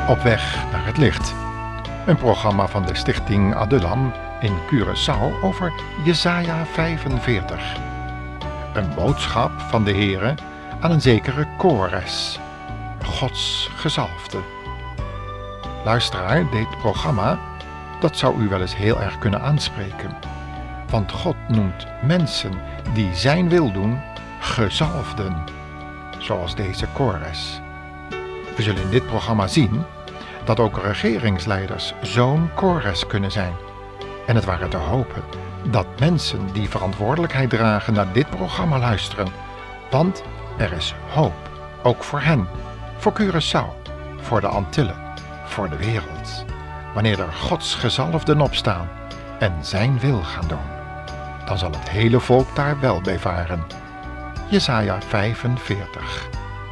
Op weg naar het licht. Een programma van de Stichting Adulam in Curaçao over Jesaja 45. Een boodschap van de Heere aan een zekere Kores, Gods gezalfde. Luisteraar, dit programma, dat zou u wel eens heel erg kunnen aanspreken. Want God noemt mensen die zijn wil doen, gezalfden. Zoals deze Kores. We zullen in dit programma zien dat ook regeringsleiders zo'n Kores kunnen zijn. En het waren te hopen dat mensen die verantwoordelijkheid dragen naar dit programma luisteren. Want er is hoop, ook voor hen, voor Curaçao, voor de Antillen, voor de wereld. Wanneer er Gods gezalfden opstaan en zijn wil gaan doen, dan zal het hele volk daar wel bij varen. Jesaja 45.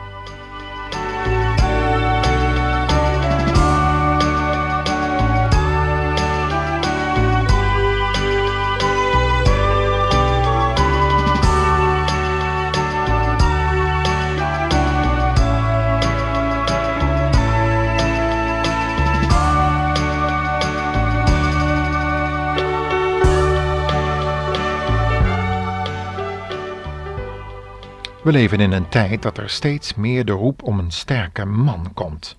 We leven in een tijd dat er steeds meer de roep om een sterke man komt.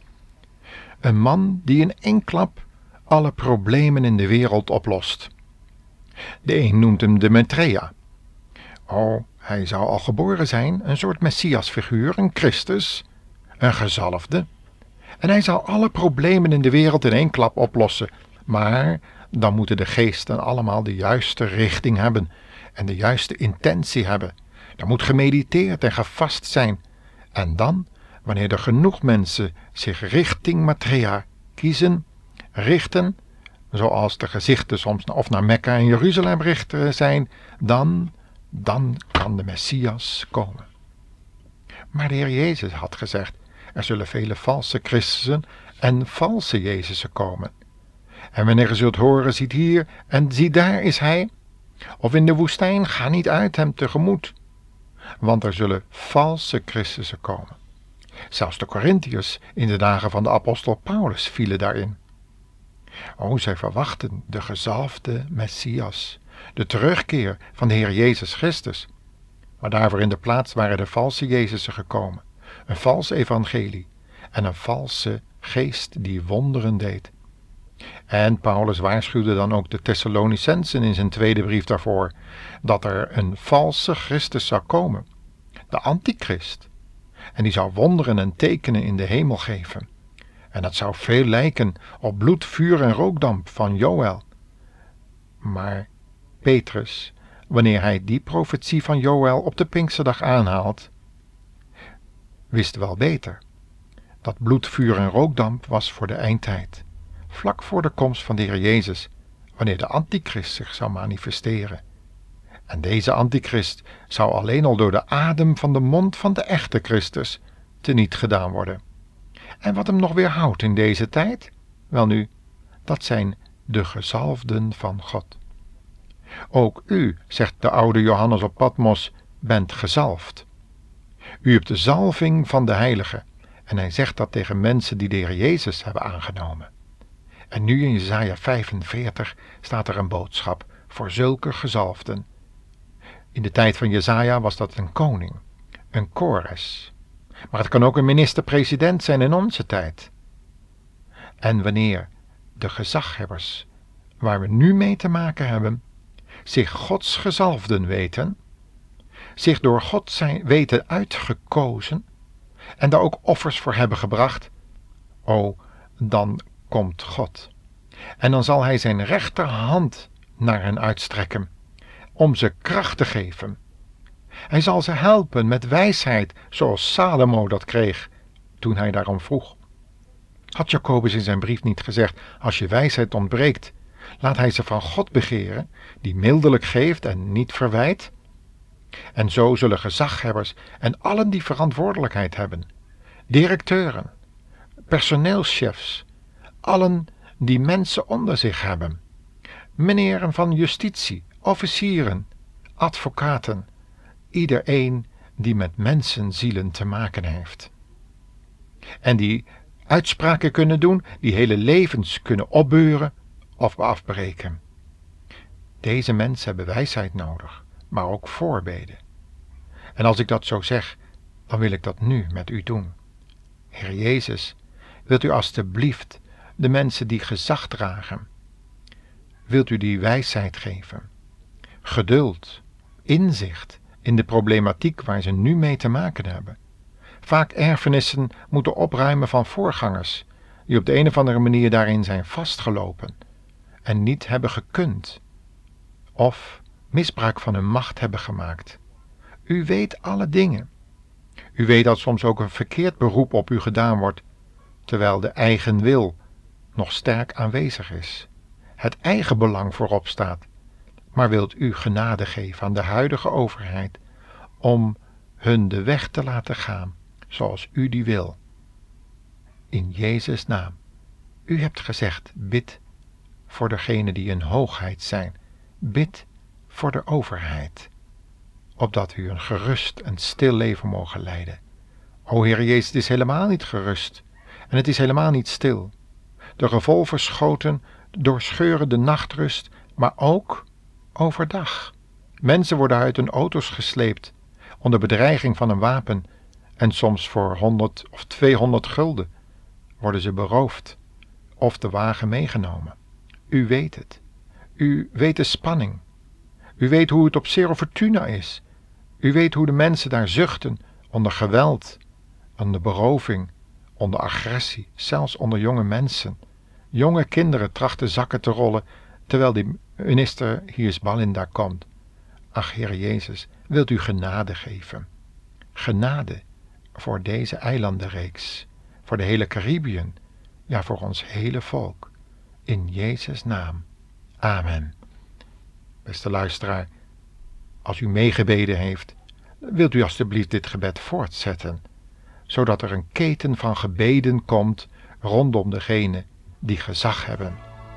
Een man die in één klap alle problemen in de wereld oplost. De een noemt hem de Maitreya. Oh, hij zou al geboren zijn, een soort Messiasfiguur, een Christus, een gezalfde. En hij zal alle problemen in de wereld in één klap oplossen. Maar dan moeten de geesten allemaal de juiste richting hebben en de juiste intentie hebben. Er moet gemediteerd en gevast zijn. En dan, wanneer er genoeg mensen zich richting Maitreya richten, zoals de gezichten soms of naar Mekka en Jeruzalem richten zijn, dan kan de Messias komen. Maar de Heer Jezus had gezegd, er zullen vele valse Christussen en valse Jezusen komen. En wanneer je zult horen, ziet hier en zie daar is hij, of in de woestijn, ga niet uit hem tegemoet. Want er zullen valse Christussen komen. Zelfs de Korintiërs in de dagen van de apostel Paulus vielen daarin. Oh, zij verwachten de gezalfde Messias, de terugkeer van de Heer Jezus Christus. Maar daarvoor in de plaats waren de valse Jezusen gekomen, een vals evangelie en een valse geest die wonderen deed. En Paulus waarschuwde dan ook de Thessalonicensen in zijn tweede brief daarvoor, dat er een valse Christus zou komen, de antichrist. En die zou wonderen en tekenen in de hemel geven. En dat zou veel lijken op bloed, vuur en rookdamp van Joël. Maar Petrus, wanneer hij die profetie van Joël op de Pinksterdag aanhaalt, wist wel beter. Dat bloed, vuur en rookdamp was voor de eindtijd. Vlak voor de komst van de Heer Jezus, wanneer de antichrist zich zou manifesteren. En deze antichrist zou alleen al door de adem van de mond van de echte Christus teniet gedaan worden. En wat hem nog weerhoudt in deze tijd? Welnu, dat zijn de gezalfden van God. Ook u, zegt de oude Johannes op Patmos, bent gezalfd. U hebt de zalving van de heilige. En hij zegt dat tegen mensen die de Heer Jezus hebben aangenomen. En nu in Jesaja 45 staat er een boodschap voor zulke gezalfden. In de tijd van Jesaja was dat een koning, een Kores. Maar het kan ook een minister-president zijn in onze tijd. En wanneer de gezaghebbers, waar we nu mee te maken hebben, zich Gods gezalfden weten, zich door God zijn weten uitgekozen en daar ook offers voor hebben gebracht, dan komt God. En dan zal hij zijn rechterhand naar hen uitstrekken, om ze kracht te geven. Hij zal ze helpen met wijsheid, zoals Salomo dat kreeg, toen hij daarom vroeg. Had Jacobus in zijn brief niet gezegd, als je wijsheid ontbreekt, laat hij ze van God begeren, die mildelijk geeft en niet verwijt? En zo zullen gezaghebbers en allen die verantwoordelijkheid hebben, directeuren, personeelschefs, allen die mensen onder zich hebben, meneren van justitie, officieren, advocaten, iedereen die met mensenzielen te maken heeft. En die uitspraken kunnen doen die hele levens kunnen opbeuren of afbreken. Deze mensen hebben wijsheid nodig, maar ook voorbeden. En als ik dat zo zeg, dan wil ik dat nu met u doen. Heer Jezus, wilt u alstublieft de mensen die gezag dragen, wilt u die wijsheid geven, geduld, inzicht in de problematiek waar ze nu mee te maken hebben. Vaak erfenissen moeten opruimen van voorgangers die op de een of andere manier daarin zijn vastgelopen en niet hebben gekund of misbruik van hun macht hebben gemaakt. U weet alle dingen. U weet dat soms ook een verkeerd beroep op u gedaan wordt, terwijl de eigen wil nog sterk aanwezig is. Het eigen belang voorop staat. Maar wilt u genade geven aan de huidige overheid om hun de weg te laten gaan zoals u die wil. In Jezus' naam. U hebt gezegd, bid voor degenen die in hoogheid zijn. Bid voor de overheid, opdat u een gerust en stil leven mogen leiden. O Heer Jezus, het is helemaal niet gerust en het is helemaal niet stil. De revolvers schoten doorscheuren de nachtrust, maar ook overdag. Mensen worden uit hun auto's gesleept onder bedreiging van een wapen en soms voor 100 of 200 gulden worden ze beroofd of de wagen meegenomen. U weet het. U weet de spanning. U weet hoe het op Cerro Fortuna is. U weet hoe de mensen daar zuchten onder geweld, onder beroving, onder agressie, zelfs onder jonge mensen. Jonge kinderen trachten zakken te rollen, terwijl die minister Hirsbalin daar komt. Ach, Heer Jezus, wilt u genade geven? Genade voor deze eilandenreeks, voor de hele Caribiën, ja, voor ons hele volk. In Jezus' naam. Amen. Beste luisteraar, als u meegebeden heeft, wilt u alstublieft dit gebed voortzetten, zodat er een keten van gebeden komt rondom degenen die gezag hebben.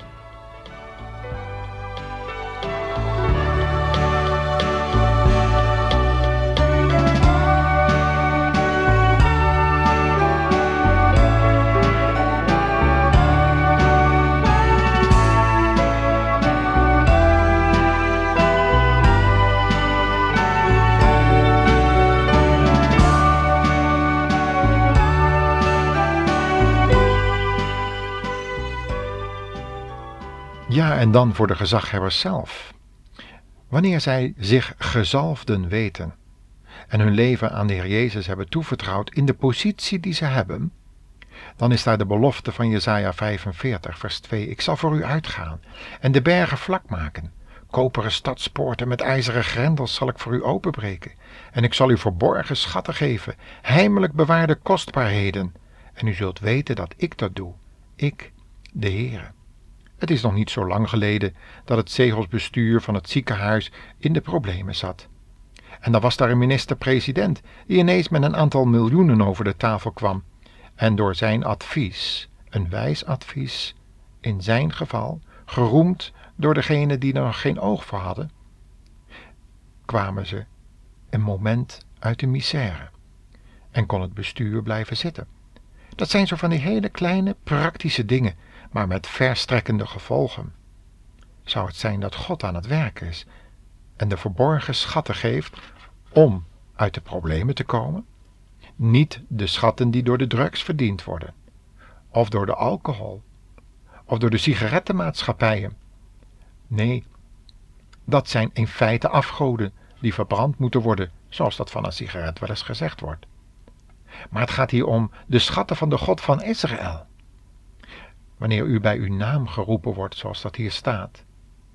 Ja, en dan voor de gezaghebbers zelf. Wanneer zij zich gezalfden weten en hun leven aan de Heer Jezus hebben toevertrouwd in de positie die ze hebben, dan is daar de belofte van Jesaja 45, vers 2. Ik zal voor u uitgaan en de bergen vlak maken. Koperen stadspoorten met ijzeren grendels zal ik voor u openbreken. En ik zal u verborgen schatten geven, heimelijk bewaarde kostbaarheden. En u zult weten dat ik dat doe, ik, de Heere. Het is nog niet zo lang geleden dat het zegelsbestuur van het ziekenhuis in de problemen zat. En dan was daar een minister-president die ineens met een aantal miljoenen over de tafel kwam. En door zijn advies, een wijs advies, in zijn geval, geroemd door degenen die er nog geen oog voor hadden, kwamen ze een moment uit de misère en kon het bestuur blijven zitten. Dat zijn zo van die hele kleine praktische dingen, maar met verstrekkende gevolgen. Zou het zijn dat God aan het werk is en de verborgen schatten geeft om uit de problemen te komen? Niet de schatten die door de drugs verdiend worden, of door de alcohol, of door de sigarettenmaatschappijen. Nee, dat zijn in feite afgoden die verbrand moeten worden, zoals dat van een sigaret wel eens gezegd wordt. Maar het gaat hier om de schatten van de God van Israël. Wanneer u bij uw naam geroepen wordt, zoals dat hier staat,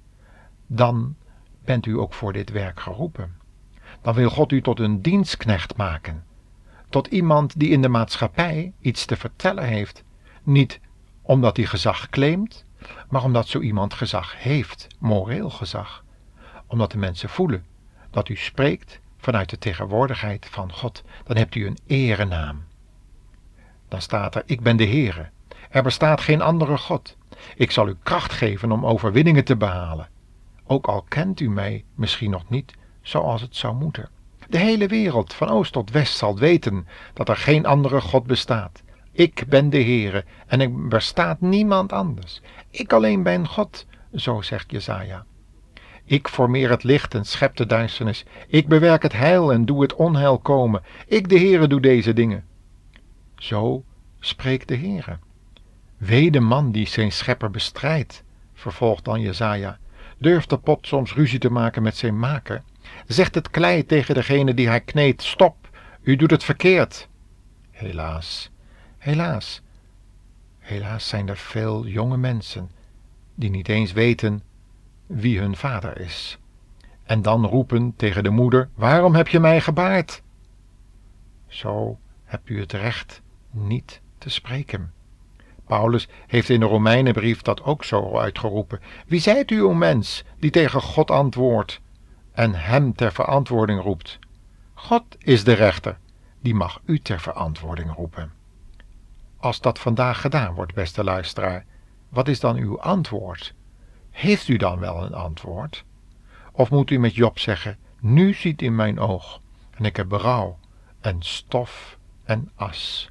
dan bent u ook voor dit werk geroepen. Dan wil God u tot een dienstknecht maken, tot iemand die in de maatschappij iets te vertellen heeft, niet omdat hij gezag claimt, maar omdat zo iemand gezag heeft, moreel gezag, omdat de mensen voelen dat u spreekt vanuit de tegenwoordigheid van God. Dan hebt u een erenaam. Dan staat er, ik ben de Heere. Er bestaat geen andere God. Ik zal u kracht geven om overwinningen te behalen. Ook al kent u mij misschien nog niet zoals het zou moeten. De hele wereld, van oost tot west, zal weten dat er geen andere God bestaat. Ik ben de Heere en er bestaat niemand anders. Ik alleen ben God, zo zegt Jesaja. Ik formeer het licht en schep de duisternis. Ik bewerk het heil en doe het onheil komen. Ik, de Heere, doe deze dingen. Zo spreekt de Heere. Wee de man die zijn schepper bestrijdt, vervolgt dan Jesaja. Durft de pot soms ruzie te maken met zijn maker? Zegt het klei tegen degene die hij kneedt: stop, u doet het verkeerd. Helaas, helaas, helaas zijn er veel jonge mensen die niet eens weten wie hun vader is. En dan roepen tegen de moeder: waarom heb je mij gebaard? Zo hebt u het recht niet te spreken. Paulus heeft in de Romeinenbrief dat ook zo uitgeroepen. Wie zijt u, o mens, die tegen God antwoordt en hem ter verantwoording roept? God is de rechter, die mag u ter verantwoording roepen. Als dat vandaag gedaan wordt, beste luisteraar, wat is dan uw antwoord? Heeft u dan wel een antwoord? Of moet u met Job zeggen: nu ziet in mijn oog en ik heb berouw en stof en as?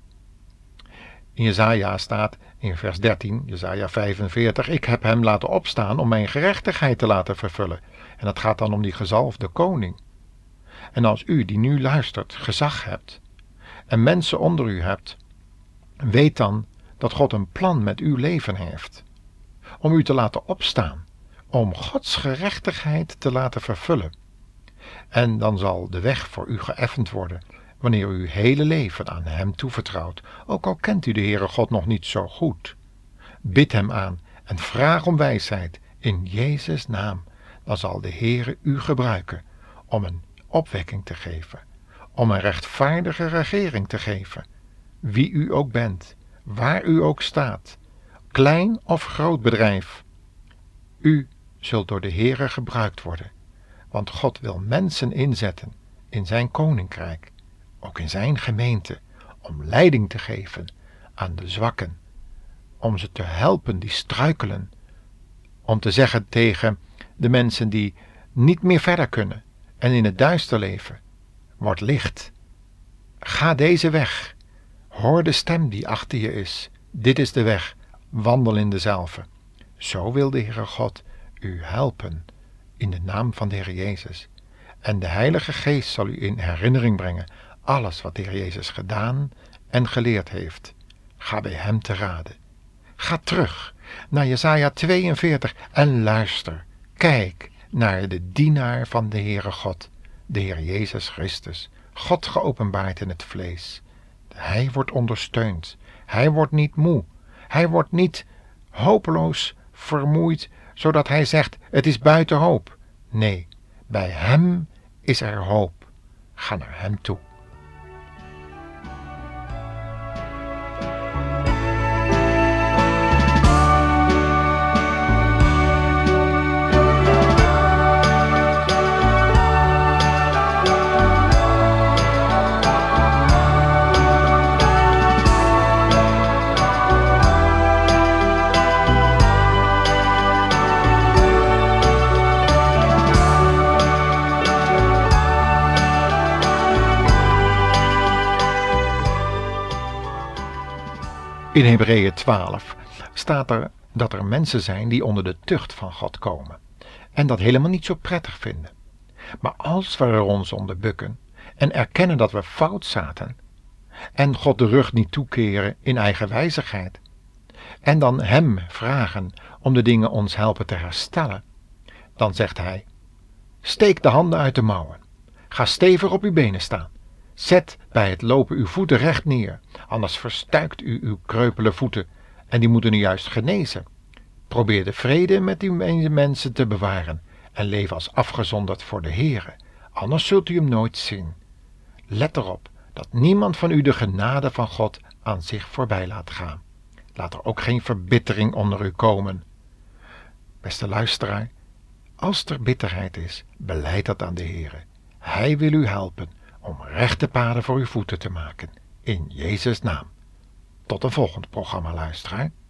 In Jesaja staat in vers 13, Jesaja 45, ik heb hem laten opstaan om mijn gerechtigheid te laten vervullen. En dat gaat dan om die gezalfde koning. En als u die nu luistert gezag hebt en mensen onder u hebt, weet dan dat God een plan met uw leven heeft. Om u te laten opstaan, om Gods gerechtigheid te laten vervullen. En dan zal de weg voor u geëffend worden, wanneer u uw hele leven aan hem toevertrouwt, ook al kent u de Heere God nog niet zo goed. Bid hem aan en vraag om wijsheid in Jezus' naam. Dan zal de Heere u gebruiken om een opwekking te geven, om een rechtvaardige regering te geven. Wie u ook bent, waar u ook staat, klein of groot bedrijf, u zult door de Heere gebruikt worden, want God wil mensen inzetten in zijn koninkrijk, ook in zijn gemeente, om leiding te geven aan de zwakken, om ze te helpen die struikelen, om te zeggen tegen de mensen die niet meer verder kunnen en in het duister leven: word licht, ga deze weg, hoor de stem die achter je is, dit is de weg, wandel in dezelfde. Zo wil de Heere God u helpen in de naam van de Heer Jezus. En de Heilige Geest zal u in herinnering brengen alles wat de Heer Jezus gedaan en geleerd heeft. Ga bij hem te raden. Ga terug naar Jesaja 42 en luister. Kijk naar de dienaar van de Heere God, de Heer Jezus Christus, God geopenbaard in het vlees. Hij wordt ondersteund. Hij wordt niet moe. Hij wordt niet hopeloos vermoeid, zodat hij zegt: het is buiten hoop. Nee, bij hem is er hoop. Ga naar hem toe. In Hebreeën 12 staat er dat er mensen zijn die onder de tucht van God komen en dat helemaal niet zo prettig vinden. Maar als we er ons onder bukken en erkennen dat we fout zaten en God de rug niet toekeren in eigen wijzigheid en dan hem vragen om de dingen ons helpen te herstellen, dan zegt hij: steek de handen uit de mouwen, ga stevig op uw benen staan. Zet bij het lopen uw voeten recht neer, anders verstuikt u uw kreupele voeten en die moeten nu juist genezen. Probeer de vrede met uw mensen te bewaren en leef als afgezonderd voor de Heere, anders zult u hem nooit zien. Let erop dat niemand van u de genade van God aan zich voorbij laat gaan. Laat er ook geen verbittering onder u komen. Beste luisteraar, als er bitterheid is, belijd dat aan de Heere. Hij wil u helpen om rechte paden voor uw voeten te maken. In Jezus' naam. Tot een volgend programma, luisteraar.